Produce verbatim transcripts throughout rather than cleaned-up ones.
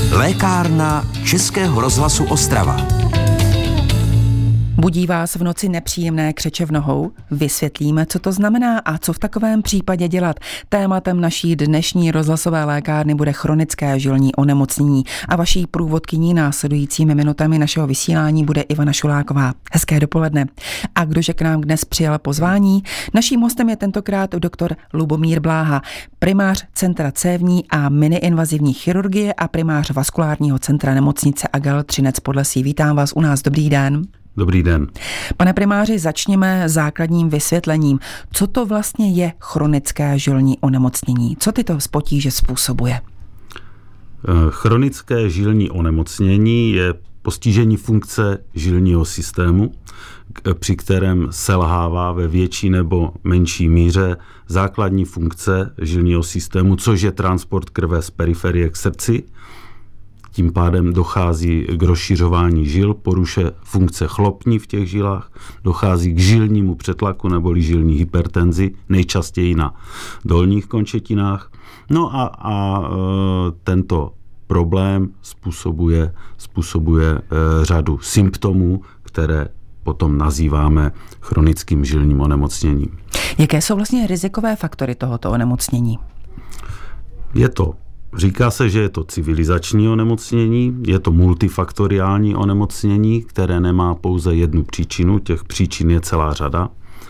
Lékárna Českého rozhlasu Ostrava. Budí vás v noci nepříjemné křeče v nohou? Vysvětlíme, co to znamená a co v takovém případě dělat. Tématem naší dnešní rozhlasové lékárny bude chronické žilní onemocnění a vaší průvodkyní následujícími minutami našeho vysílání bude Ivana Šuláková. Hezké dopoledne. A kdože k nám dnes přijal pozvání? Naším hostem je tentokrát doktor Lubomír Bláha, primář Centra cévní a miniinvazivní chirurgie a primář vaskulárního centra nemocnice Agel Třinec Podlesí. Vítám vás u nás. Dobrý den. Dobrý den. Pane primáři, začněme základním vysvětlením. Co to vlastně je chronické žilní onemocnění? Co tyto potíže způsobuje? Chronické žilní onemocnění je postižení funkce žilního systému, při kterém selhává ve větší nebo menší míře základní funkce žilního systému, což je transport krve z periferie k srdci. Tím pádem dochází k rozšiřování žil, poruše funkce chlopní v těch žilách, dochází k žilnímu přetlaku neboli žilní hypertenzi, nejčastěji na dolních končetinách. No a, a e, tento problém způsobuje, způsobuje e, řadu symptomů, které potom nazýváme chronickým žilním onemocněním. Jaké jsou vlastně rizikové faktory tohoto onemocnění? Je to Říká se, že je to civilizační onemocnění, je to multifaktoriální onemocnění, které nemá pouze jednu příčinu, těch příčin je celá řada.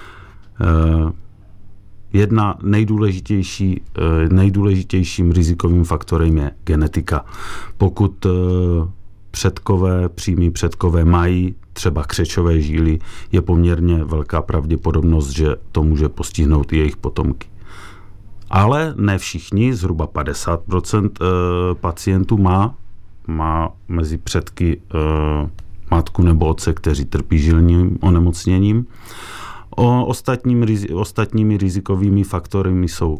Jedna nejdůležitější, nejdůležitějším rizikovým faktorem je genetika. Pokud předkové, přímí předkové mají třeba křečové žíly, je poměrně velká pravděpodobnost, že to může postihnout i jejich potomky. Ale ne všichni, zhruba padesát procent pacientů má, má mezi předky matku nebo otce, kteří trpí žilním onemocněním. O ostatním, ostatními rizikovými faktory jsou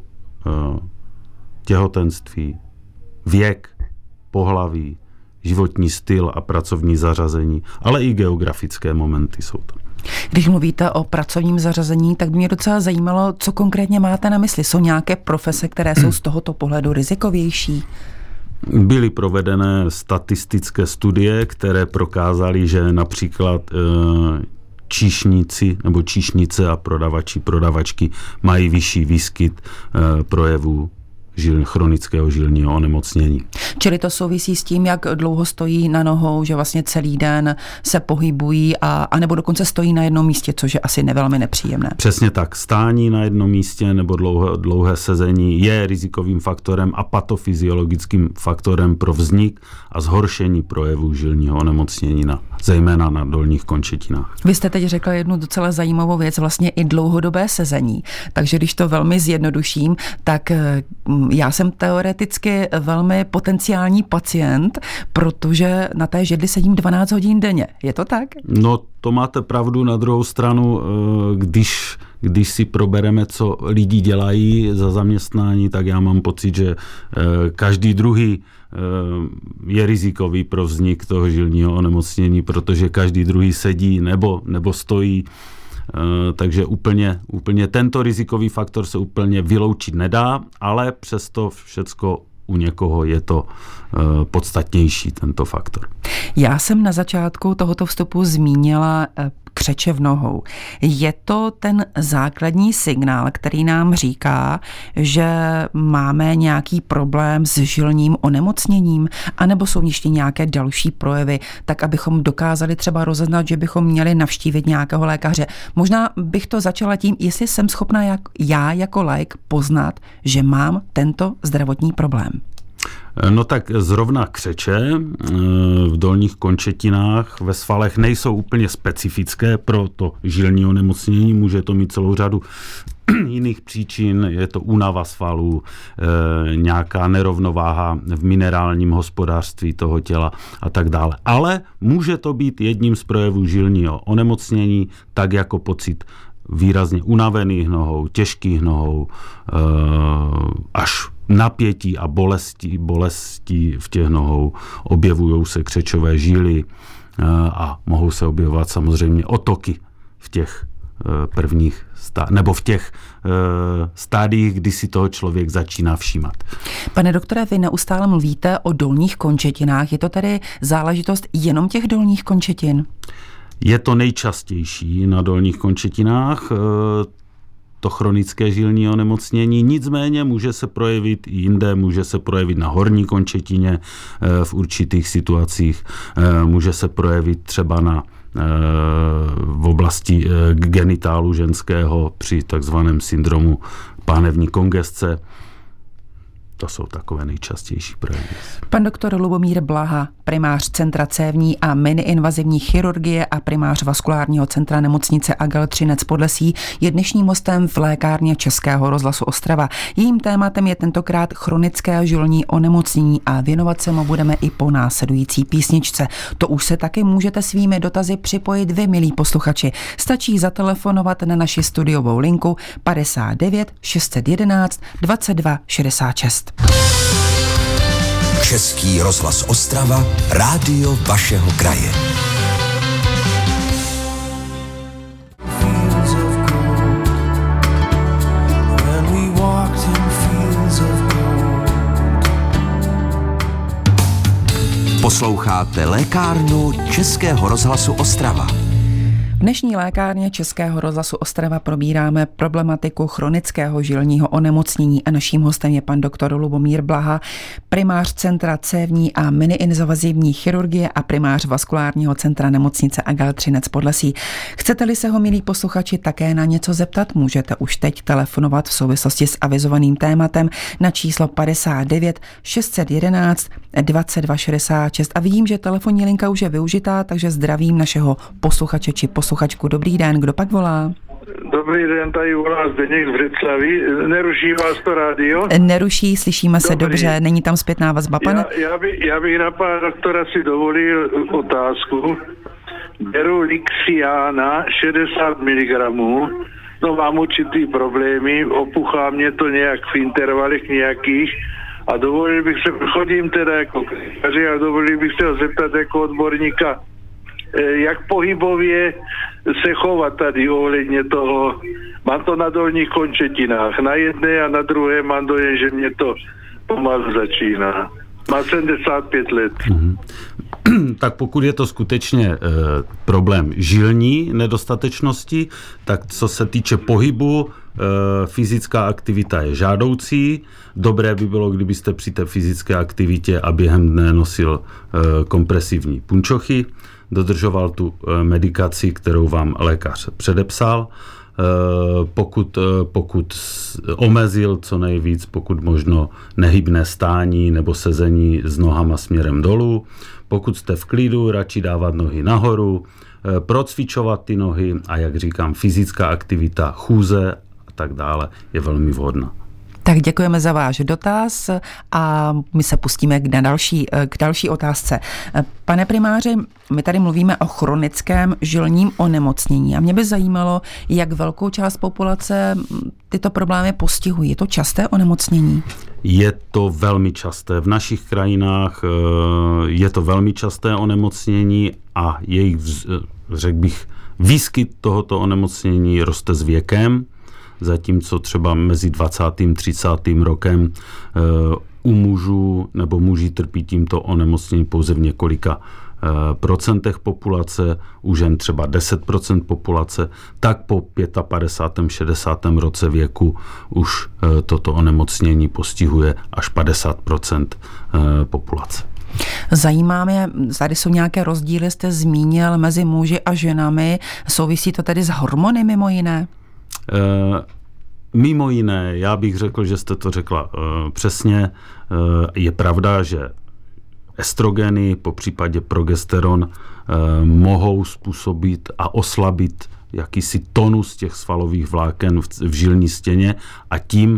těhotenství, věk, pohlaví, životní styl a pracovní zařazení, ale i geografické momenty jsou tam. Když mluvíte o pracovním zařazení, tak by mě docela zajímalo, co konkrétně máte na mysli. Jsou nějaké profese, které jsou z tohoto pohledu rizikovější? Byly provedené statistické studie, které prokázaly, že například e, číšníci nebo číšnice a prodavači, prodavačky mají vyšší výskyt e, projevů žil, chronického žilního onemocnění. Čili to souvisí s tím, jak dlouho stojí na nohou, že vlastně celý den se pohybují a, a nebo dokonce stojí na jednom místě, což je asi nevelmi nepříjemné. Přesně tak. Stání na jednom místě nebo dlouhé, dlouhé sezení je rizikovým faktorem a patofyziologickým faktorem pro vznik a zhoršení projevů žilního onemocnění, na, zejména na dolních končetinách. Vy jste teď řekl jednu docela zajímavou věc, vlastně i dlouhodobé sezení. Takže když to velmi zjednoduším, tak já jsem teoreticky velmi potenciální pacient, protože na té židli sedím dvanáct hodin denně. Je to tak? No, to máte pravdu. Na druhou stranu, když, když si probereme, co lidi dělají za zaměstnání, tak já mám pocit, že každý druhý je rizikový pro vznik toho žilního onemocnění, protože každý druhý sedí nebo, nebo stojí. Uh, takže úplně, úplně tento rizikový faktor se úplně vyloučit nedá, ale přesto všecko u někoho je to uh, podstatnější, tento faktor. Já jsem na začátku tohoto vstupu zmínila uh, křeče v nohou. Je to ten základní signál, který nám říká, že máme nějaký problém s žilním onemocněním, anebo jsou ještě nějaké další projevy, tak abychom dokázali třeba rozeznat, že bychom měli navštívit nějakého lékaře. Možná bych to začala tím, jestli jsem schopna jak, já jako laik poznat, že mám tento zdravotní problém. No tak zrovna křeče v dolních končetinách ve svalech nejsou úplně specifické pro to žilní onemocnění, může to mít celou řadu jiných příčin, je to únava svalů, e, nějaká nerovnováha v minerálním hospodářství toho těla a tak dále. Ale může to být jedním z projevů žilního onemocnění, tak jako pocit výrazně unavených nohou, těžkých nohou, e, až napětí a bolesti, bolesti v těch nohou, objevují se křečové žíly a mohou se objevovat samozřejmě otoky v těch prvních stá- nebo v těch stádiích, kdy si toho člověk začíná všímat. Pane doktore, vy neustále mluvíte o dolních končetinách. Je to tedy záležitost jenom těch dolních končetin? Je to nejčastější na dolních končetinách, to chronické žilní onemocnění, nicméně může se projevit i jinde, může se projevit na horní končetině v určitých situacích, může se projevit třeba na v oblasti genitálu ženského při takzvaném syndromu pánevní kongesce. To jsou takové nejčastější projevy. Pan doktor Lubomír Blaha, primář Centra cévní a miniinvazivní chirurgie a primář Vaskulárního centra nemocnice Agel Třinec Podlesí, je dnešním hostem v lékárně Českého rozhlasu Ostrava. Jejím tématem je tentokrát chronické žilní onemocnění a věnovat se mu budeme i po následující písničce. To už se taky můžete svými dotazy připojit vy, milí posluchači. Stačí zatelefonovat na naši studiovou linku padesát devět šest set jedenáct dvacet dva šedesát šest. Český rozhlas Ostrava, rádio vašeho kraje. Posloucháte lékárnu Českého rozhlasu Ostrava. V dnešní lékárně Českého rozhlasu Ostrava probíráme problematiku chronického žilního onemocnění a naším hostem je pan doktor Lubomír Blaha, primář Centra cévní a miniinvazivní chirurgie a primář Vaskulárního centra nemocnice Agel Třinec Podlesí. Chcete-li se ho, milí posluchači, také na něco zeptat, můžete už teď telefonovat v souvislosti s avizovaným tématem na číslo padesát devět šest set jedenáct dvacet dva šedesát šest. A vidím, že telefonní linka už je využitá, takže zdravím našeho posluchače či posluchačku. Dobrý den, kdo pak volá? Dobrý den, tady volá Zdeněk z Břeclaví. Neruší vás to rádio? Neruší, slyšíme se Dobrý. Dobře, není tam zpětná vazba, pane? Já, já, by, já bych na pana doktora si dovolil otázku. Beru Lixiana šedesát miligramů, no mám určitý problémy, opuchá mě to nějak v intervalech nějakých a dovolil bych se, chodím teda jako lékaři a dovolil bych se ho zeptat jako odborníka, jak pohybově se chovat tady ohledně toho. Mám to na dolních končetinách. Na jedné a na druhé mám dojem, že mě to pomalu začíná. Má sedmdesát pět let. Mm-hmm. Tak pokud je to skutečně e, problém žilní nedostatečnosti, tak co se týče pohybu, e, fyzická aktivita je žádoucí. Dobré by bylo, kdybyste při té fyzické aktivitě a během dne nosil e, kompresivní punčochy, dodržoval tu medikaci, kterou vám lékař předepsal. Pokud, pokud omezil co nejvíc, pokud možno nehybné stání nebo sezení s nohama směrem dolů. Pokud jste v klidu, radši dávat nohy nahoru, procvičovat ty nohy a jak říkám, fyzická aktivita, chůze a tak dále je velmi vhodná. Tak děkujeme za váš dotaz a my se pustíme k další, k další otázce. Pane primáři, my tady mluvíme o chronickém žilním onemocnění a mě by zajímalo, jak velkou část populace tyto problémy postihují. Je to časté onemocnění? Je to velmi časté. V našich krajinách je to velmi časté onemocnění a jejich, řekl bych, výskyt tohoto onemocnění roste s věkem. Zatímco třeba mezi dvacátým a třicátým rokem u mužů nebo muži trpí tímto onemocněním pouze v několika procentech populace, u žen třeba deset procent populace, tak po padesátém pátém šedesátém roce věku už toto onemocnění postihuje až padesát procent populace. Zajímá mě, tady jsou nějaké rozdíly, jste zmínil, mezi muži a ženami, souvisí to tedy s hormony mimo jiné? Uh, mimo jiné, já bych řekl, že jste to řekla uh, přesně. Uh, je pravda, že estrogeny, po případě progesteron, uh, mohou způsobit a oslabit jakýsi tonus těch svalových vláken v, v žilní stěně a tím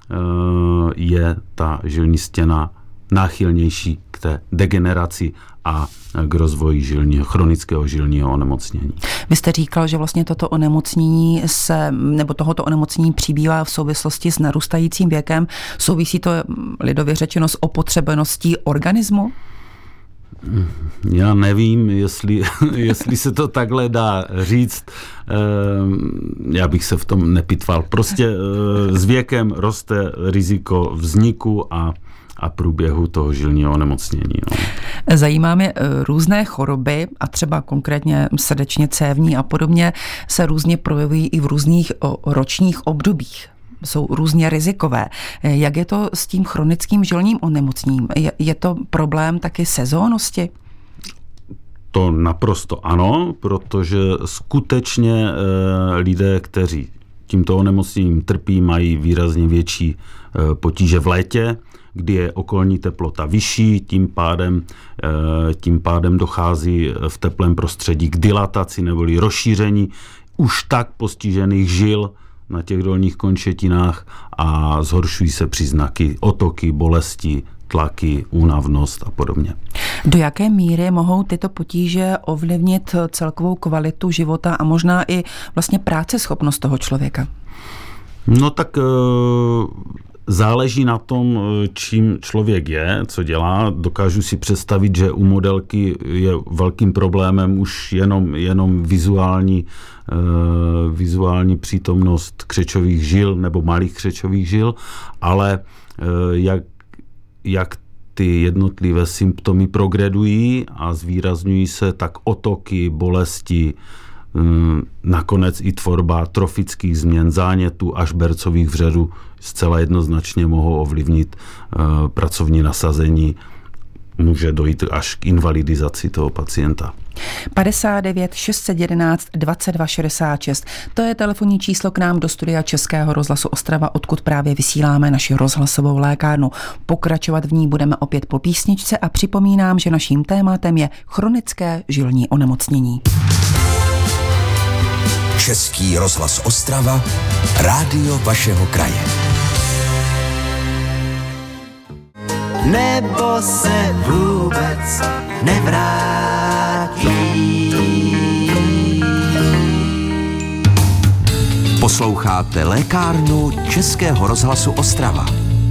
uh, je ta žilní stěna náchylnější k té degeneraci a k rozvoji žilního, chronického žilního onemocnění. Vy jste říkal, že vlastně toto onemocnění se, nebo tohoto onemocnění přibývá v souvislosti s narůstajícím věkem. Souvisí to lidově řečeno s opotřebeností organismu? Já nevím, jestli, jestli se to takhle dá říct. Já bych se v tom nepitval. Prostě s věkem roste riziko vzniku a a průběhu toho žilního onemocnění. No. Zajímá mě různé choroby a třeba konkrétně srdečně cévní a podobně se různě projevují i v různých ročních obdobích. Jsou různě rizikové. Jak je to s tím chronickým žilním onemocněním? Je, je to problém taky sezónnosti? To naprosto ano, protože skutečně e, lidé, kteří tímto onemocněním trpí, mají výrazně větší e, potíže v létě, kdy je okolní teplota vyšší, tím pádem, tím pádem dochází v teplém prostředí k dilataci neboli rozšíření už tak postižených žil na těch dolních končetinách a zhoršují se příznaky otoky, bolesti, tlaky, únavnost a podobně. Do jaké míry mohou tyto potíže ovlivnit celkovou kvalitu života a možná i vlastně práceschopnost toho člověka? No tak záleží na tom, čím člověk je, co dělá. Dokážu si představit, že u modelky je velkým problémem už jenom, jenom vizuální, uh, vizuální přítomnost křečových žil nebo malých křečových žil, ale uh, jak, jak ty jednotlivé symptomy progredují a zvýrazňují se, tak otoky, bolesti, nakonec i tvorba trofických změn zánětů až bercových vředů zcela jednoznačně mohou ovlivnit uh, pracovní nasazení. Může dojít až k invalidizaci toho pacienta. padesát devět šest set jedenáct dvacet dva šedesát šest. To je telefonní číslo k nám do studia Českého rozhlasu Ostrava, odkud právě vysíláme naši rozhlasovou lékárnu. Pokračovat v ní budeme opět po písničce a připomínám, že naším tématem je chronické žilní onemocnění. Český rozhlas Ostrava, rádio vašeho kraje. Nebo se vůbec nevrátí. Posloucháte lékárnu Českého rozhlasu Ostrava.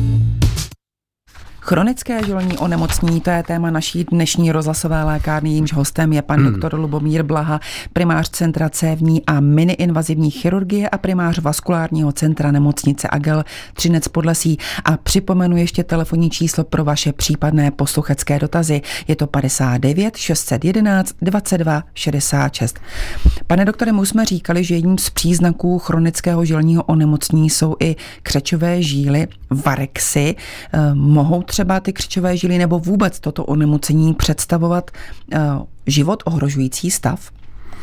Chronické žilní onemocnění, to je téma naší dnešní rozhlasové lékárny, jímž hostem je pan hmm. doktor Lubomír Blaha, primář Centra cévní a miniinvazivní chirurgie a primář vaskulárního centra nemocnice Agel Třinec Podlesí. A připomenu ještě telefonní číslo pro vaše případné posluchačské dotazy. Je to padesát devět šest set jedenáct dvacet dva šedesát šest. Pane doktore, my už jsme říkali, že jedním z příznaků chronického žilního onemocnění jsou i křečové žíly, varexy. Mohou třeba ty křečové žíly nebo vůbec toto onemocnění představovat uh, život ohrožující stav?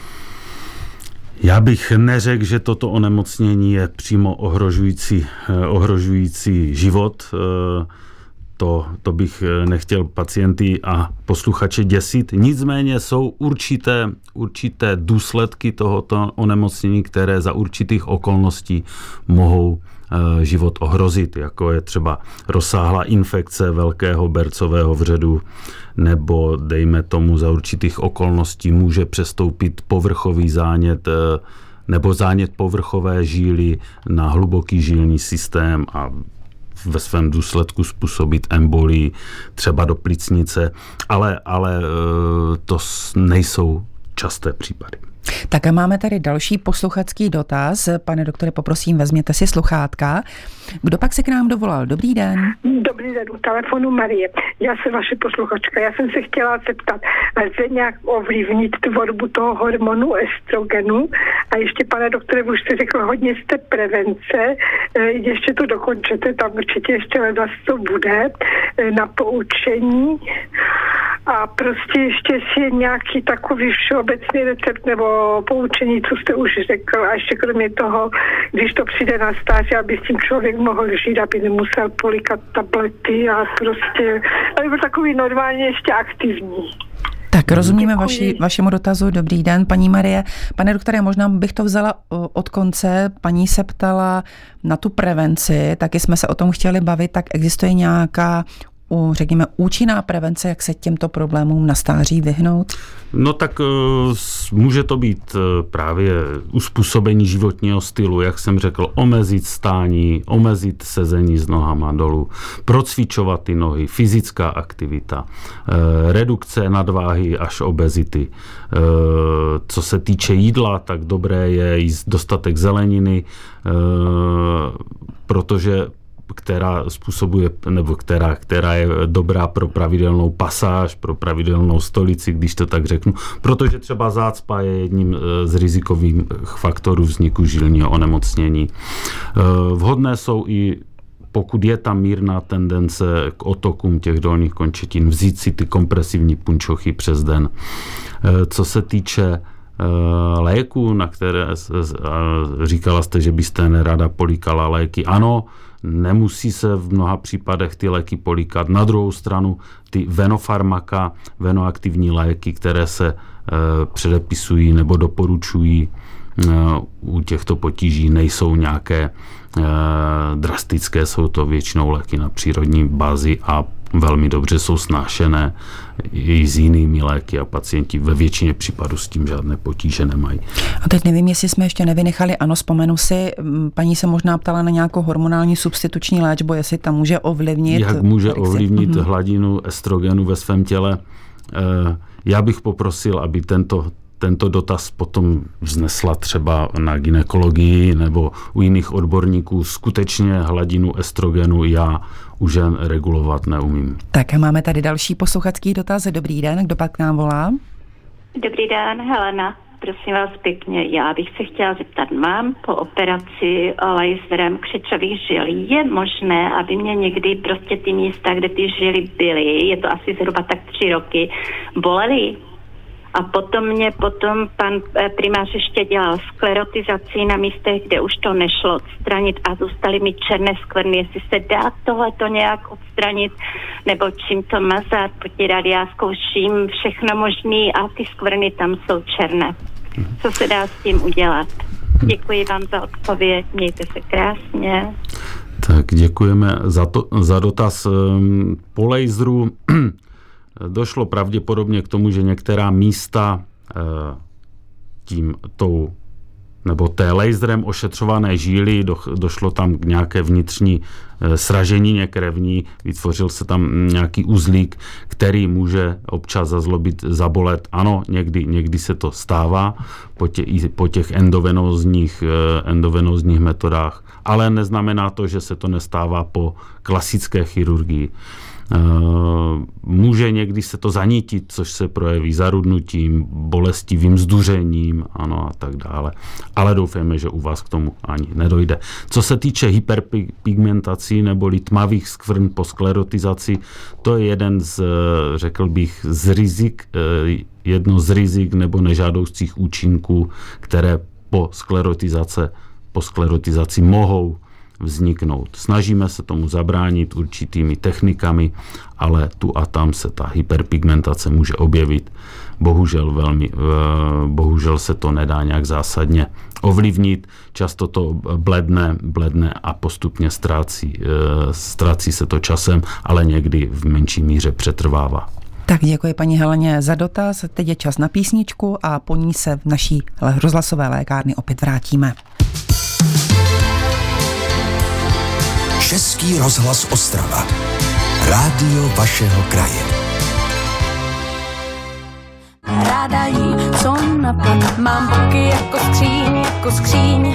Já bych neřekl, že toto onemocnění je přímo ohrožující, ohrožující život. To, to bych nechtěl pacienty a posluchače děsit. Nicméně jsou určité, určité důsledky tohoto onemocnění, které za určitých okolností mohou život ohrozit, jako je třeba rozsáhlá infekce velkého bercového vředu, nebo dejme tomu za určitých okolností může přestoupit povrchový zánět nebo zánět povrchové žíly na hluboký žilní systém a ve svém důsledku způsobit embolii třeba do plicnice, ale, ale to nejsou časté případy. Tak a máme tady další posluchačský dotaz. Pane doktore, poprosím, vezměte si sluchátka. Kdo pak se k nám dovolal? Dobrý den. Dobrý den, u telefonu Marie. Já jsem vaše posluchačka. Já jsem se chtěla zeptat, lze nějak ovlivnit tvorbu toho hormonu estrogenu? A ještě, pane doktore, už jste řekl, hodně jste prevence. Ještě to dokončete, tam určitě ještě ledas to bude na poučení. A prostě ještě si je nějaký takový všeobecný recept nebo poučení, co jste už řekl. A ještě kromě toho, když to přijde na stáži, aby s tím člověk mohl žít, aby nemusel polikat tablety a prostě, aby byl takový normálně ještě aktivní. Tak rozumíme vaši, vašemu dotazu. Dobrý den, paní Marie. Pane doktore, možná bych to vzala od konce. Paní se ptala na tu prevenci, taky jsme se o tom chtěli bavit, tak existuje nějaká řekněme, účinná prevence, jak se těmto problémům na stáří vyhnout? No tak může to být právě uspůsobení životního stylu, jak jsem řekl, omezit stání, omezit sezení s nohama dolů, procvičovat ty nohy, fyzická aktivita, redukce nadváhy až obezity. Co se týče jídla, tak dobré je jíst dostatek zeleniny, protože která způsobuje, nebo která, která je dobrá pro pravidelnou pasáž, pro pravidelnou stolici, když to tak řeknu, protože třeba zácpa je jedním z rizikových faktorů vzniku žilního onemocnění. Vhodné jsou i, pokud je tam mírná tendence k otokům těch dolních končetin, vzít si ty kompresivní punčochy přes den. Co se týče léků, na které říkala jste, že byste nerada políkala léky. Ano, nemusí se v mnoha případech ty léky políkat. Na druhou stranu ty venofarmaka, venoaktivní léky, které se předepisují nebo doporučují u těchto potíží, nejsou nějaké drastické, jsou to většinou léky na přírodní bázi a velmi dobře jsou snášené i s jinými léky a pacienti ve většině případů s tím žádné potíže nemají. A teď nevím, jestli jsme ještě nevynechali, ano, vzpomenu si, paní se možná ptala na nějakou hormonální substituční léčbu, jestli tam může ovlivnit. Jak může ovlivnit mm-hmm. hladinu estrogenu ve svém těle. Já bych poprosil, aby tento tento dotaz potom vznesla třeba na gynekologii nebo u jiných odborníků. Skutečně hladinu estrogenu já u žen regulovat neumím. Tak a máme tady další posluchačský dotaz. Dobrý den, kdo pak k nám volá? Dobrý den, Helena. Prosím vás pěkně, já bych se chtěla zeptat, mám po operaci laserem křečových žilí, je možné, aby mě někdy prostě ty místa, kde ty žily byly, je to asi zhruba tak tři roky, bolely? A potom mě potom pan primář ještě dělal sklerotizaci na místech, kde už to nešlo odstranit a zůstaly mi černé skvrny. Jestli se dá tohleto nějak odstranit, nebo čím to mazat, potírat, já zkouším všechno možný a ty skvrny tam jsou černé. Co se dá s tím udělat? Děkuji vám za odpověď, mějte se krásně. Tak děkujeme za, to, za dotaz. Po laseru došlo pravděpodobně k tomu, že některá místa tím tou nebo té laserem ošetřované žíly, do, došlo tam k nějaké vnitřní sraženině krevní, vytvořil se tam nějaký uzlík, který může občas zazlobit, zabolet. Ano, někdy, někdy se to stává po, tě, po těch endovenózních, endovenózních metodách, ale neznamená to, že se to nestává po klasické chirurgii. Může někdy se to zanítit, což se projeví zarudnutím, bolestivým zduřením, ano a tak dále. Ale doufejme, že u vás k tomu ani nedojde. Co se týče hyperpigmentací neboli tmavých skvrn po sklerotizaci, to je jeden z, řekl bych, z rizik, jedno z rizik nebo nežádoucích účinků, které po sklerotizaci, po sklerotizaci mohou vzniknout. Snažíme se tomu zabránit určitými technikami, ale tu a tam se ta hyperpigmentace může objevit. Bohužel velmi, bohužel se to nedá nějak zásadně ovlivnit. Často to bledne, bledne a postupně ztrácí, ztrácí se to časem, ale někdy v menší míře přetrvává. Tak děkuji paní Heleně za dotaz. Teď je čas na písničku a po ní se v naší rozhlasové lékárny opět vrátíme. Český rozhlas Ostrava. Rádio vašeho kraje. Ráda jí, co naplň, mám boky jako skříň, jako skříň.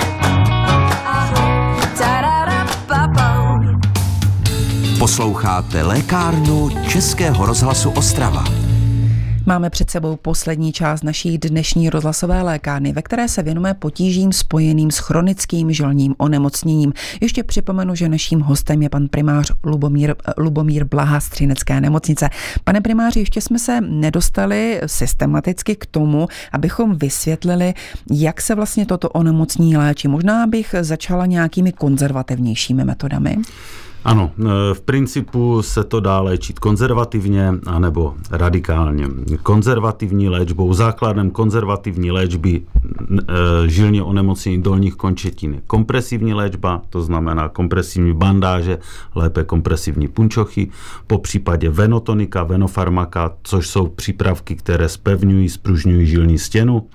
Posloucháte lékárnu Českého rozhlasu Ostrava. Máme před sebou poslední část naší dnešní rozhlasové lékárny, ve které se věnujeme potížím spojeným s chronickým žilním onemocněním. Ještě připomenu, že naším hostem je pan primář Lubomír, Lubomír Blaha z Třinecké nemocnice. Pane primáři, ještě jsme se nedostali systematicky k tomu, abychom vysvětlili, jak se vlastně toto onemocnění léčí. Možná bych začala nějakými konzervativnějšími metodami. Ano, v principu se to dá léčit konzervativně anebo radikálně. Konzervativní léčbou, základem konzervativní léčby žilně onemocnění dolních končetin je kompresivní léčba, to znamená kompresivní bandáže, lépe kompresivní punčochy, po případě venotonika, venofarmaka, což jsou přípravky, které zpevňují, spružňují žilní stěnu,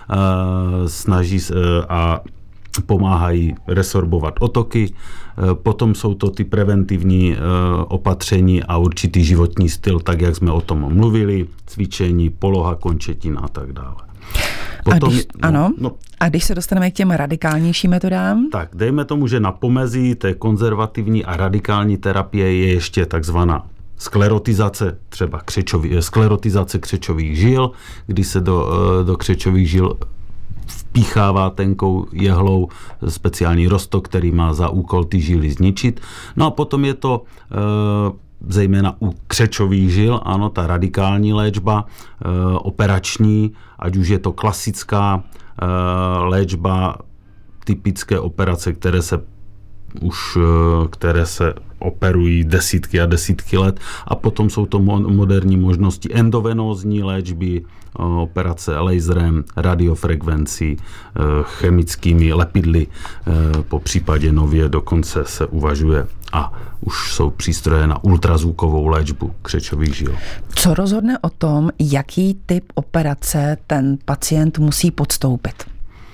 snaží a pomáhají resorbovat otoky. Potom jsou to ty preventivní opatření a určitý životní styl, tak jak jsme o tom mluvili, cvičení, poloha končetin a tak dále. Potom, a když, no, ano, no, a když se dostaneme k těm radikálnějším metodám? Tak, dejme tomu, že na pomezí té konzervativní a radikální terapie je ještě takzvaná sklerotizace, třeba křečový, sklerotizace křečových žil, kdy se do, do křečových žil vpíchává tenkou jehlou speciální roztok, který má za úkol ty žily zničit. No a potom je to e, zejména u křečových žil, ano, ta radikální léčba, e, operační, ať už je to klasická e, léčba, typické operace, které se už, které se operují desítky a desítky let, a potom jsou to moderní možnosti endovenózní léčby, operace laserem, radiofrekvencí, chemickými lepidly, po případě nově dokonce se uvažuje a už jsou přístroje na ultrazvukovou léčbu křečových žil. Co rozhodne o tom, jaký typ operace ten pacient musí podstoupit?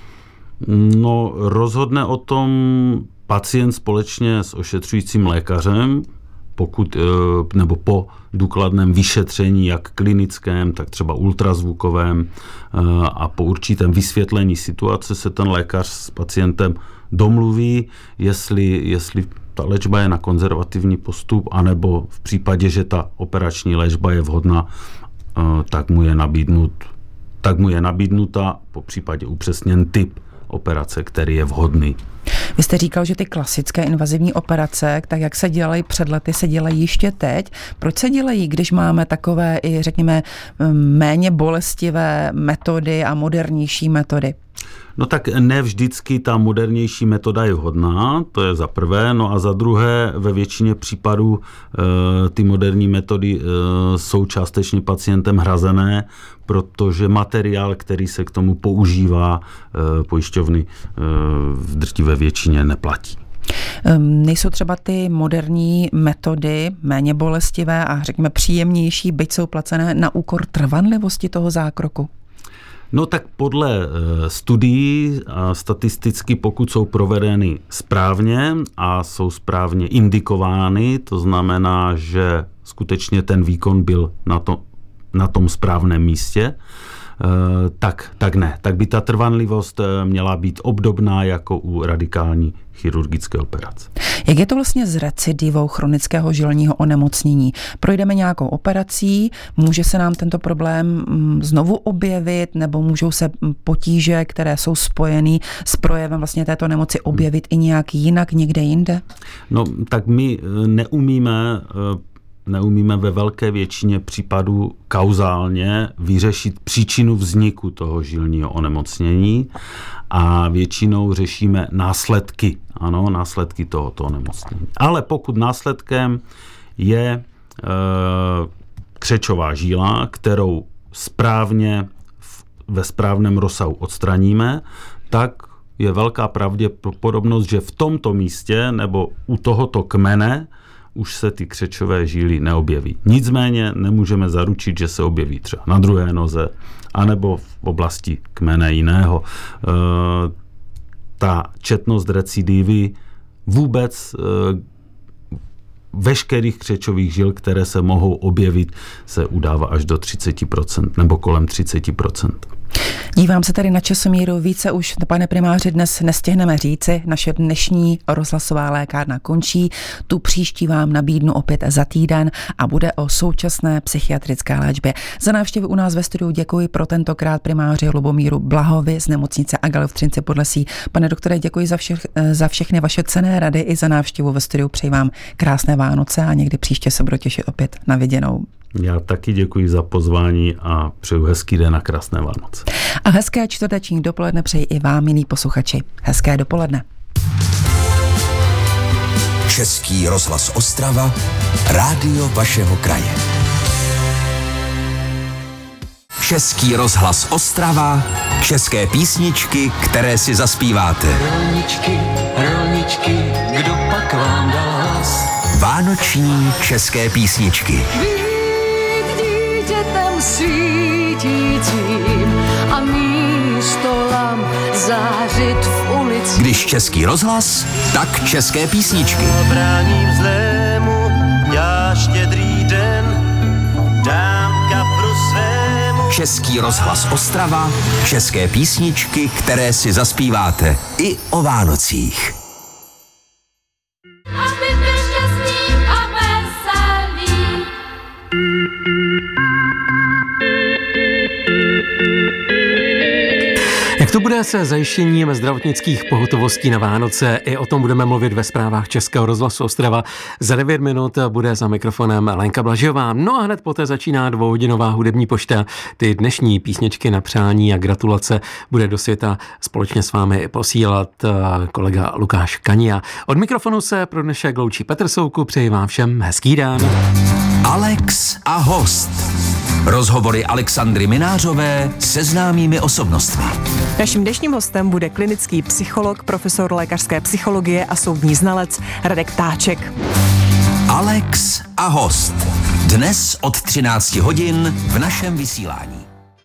No, rozhodne o tom pacient společně s ošetřujícím lékařem, pokud, nebo po důkladném vyšetření, jak klinickém, tak třeba ultrazvukovém, a po určitém vysvětlení situace se ten lékař s pacientem domluví, jestli, jestli ta léčba je na konzervativní postup, anebo v případě, že ta operační léčba je vhodná, tak mu je nabídnut, tak mu je nabídnuta, po případě upřesněn typ operace, který je vhodný. Vy jste říkal, že ty klasické invazivní operace, tak jak se dělají před lety, se dělají ještě teď. Proč se dělají, když máme takové i, řekněme, méně bolestivé metody a modernější metody? No tak ne vždycky ta modernější metoda je vhodná, to je za prvé, no a za druhé ve většině případů e, ty moderní metody e, jsou částečně pacientem hrazené, protože materiál, který se k tomu používá, e, pojišťovny e, v drtivé většině neplatí. Nejsou třeba ty moderní metody méně bolestivé a řekněme příjemnější, byť jsou placené na úkor trvanlivosti toho zákroku? No tak podle studií a statisticky, pokud jsou provedeny správně a jsou správně indikovány, to znamená, že skutečně ten výkon byl na, to, na tom správném místě, tak, tak ne. Tak by ta trvanlivost měla být obdobná jako u radikální chirurgické operace. Jak je to vlastně s recidivou chronického žilního onemocnění? Projdeme nějakou operací, může se nám tento problém znovu objevit, nebo můžou se potíže, které jsou spojeny s projevem vlastně této nemoci, objevit i nějak jinak někde jinde? No, tak my neumíme neumíme ve velké většině případů kauzálně vyřešit příčinu vzniku toho žilního onemocnění a většinou řešíme následky, ano, následky tohoto onemocnění. Ale pokud následkem je e, křečová žíla, kterou správně v, ve správném rozsahu odstraníme, tak je velká pravděpodobnost, že v tomto místě nebo u tohoto kmene už se ty křečové žíly neobjeví. Nicméně nemůžeme zaručit, že se objeví třeba na druhé noze, anebo v oblasti kmene jiného. E, ta četnost recidivy vůbec e, veškerých křečových žil, které se mohou objevit, se udává až do třicet procent nebo kolem třicet procent. Dívám se tady na časomíru, více už, pane primáři, dnes nestihneme říci. Naše dnešní rozhlasová lékárna končí. Tu příští vám nabídnu opět za týden a bude o současné psychiatrické léčbě. Za návštěvu u nás ve studiu děkuji pro tentokrát primáři Lubomíru Blahovi z nemocnice Agel v Třinci pod Lesí. Pane doktore, děkuji za, všech, za všechny vaše cenné rady i za návštěvu ve studiu. Přeji vám krásné Vánoce a někdy příště se budu těšit opět na viděnou. Já taky děkuji za pozvání a přeju hezký den a krásné Vánoce. A hezké čtvrteční dopoledne přeji i vám, milí posluchači. Hezké dopoledne. Český rozhlas Ostrava, rádio vašeho kraje. Český rozhlas Ostrava, české písničky, které si zaspíváte. Rolničky, rolničky, kdo pak vám dal hlas? Vánoční české písničky. Být dítětem svítícím a místo lamp zářit v ulici. Když Český rozhlas, tak české písničky. Bráním zlému, já štědrý den, dám kapru svému. Český rozhlas Ostrava, české písničky, které si zaspíváte i o Vánocích. Aby byl šťastný a veselý. Jak to bude se zajištěním zdravotnických pohotovostí na Vánoce? I o tom budeme mluvit ve zprávách Českého rozhlasu Ostrava. Za devět minut bude za mikrofonem Lenka Blažová. No a hned poté začíná dvouhodinová hudební pošta. Ty dnešní písničky na přání a gratulace bude do světa společně s vámi posílat kolega Lukáš Kania. Od mikrofonu se pro dnešek loučí Petr Soukup. Přeji vám všem hezký den. Alex a host. Rozhovory Alexandry Minářové se známými osobnostmi. Naším dnešním hostem bude klinický psycholog, profesor lékařské psychologie a soudní znalec Radek Táček. Alex a host. Dnes od třinácti hodin v našem vysílání.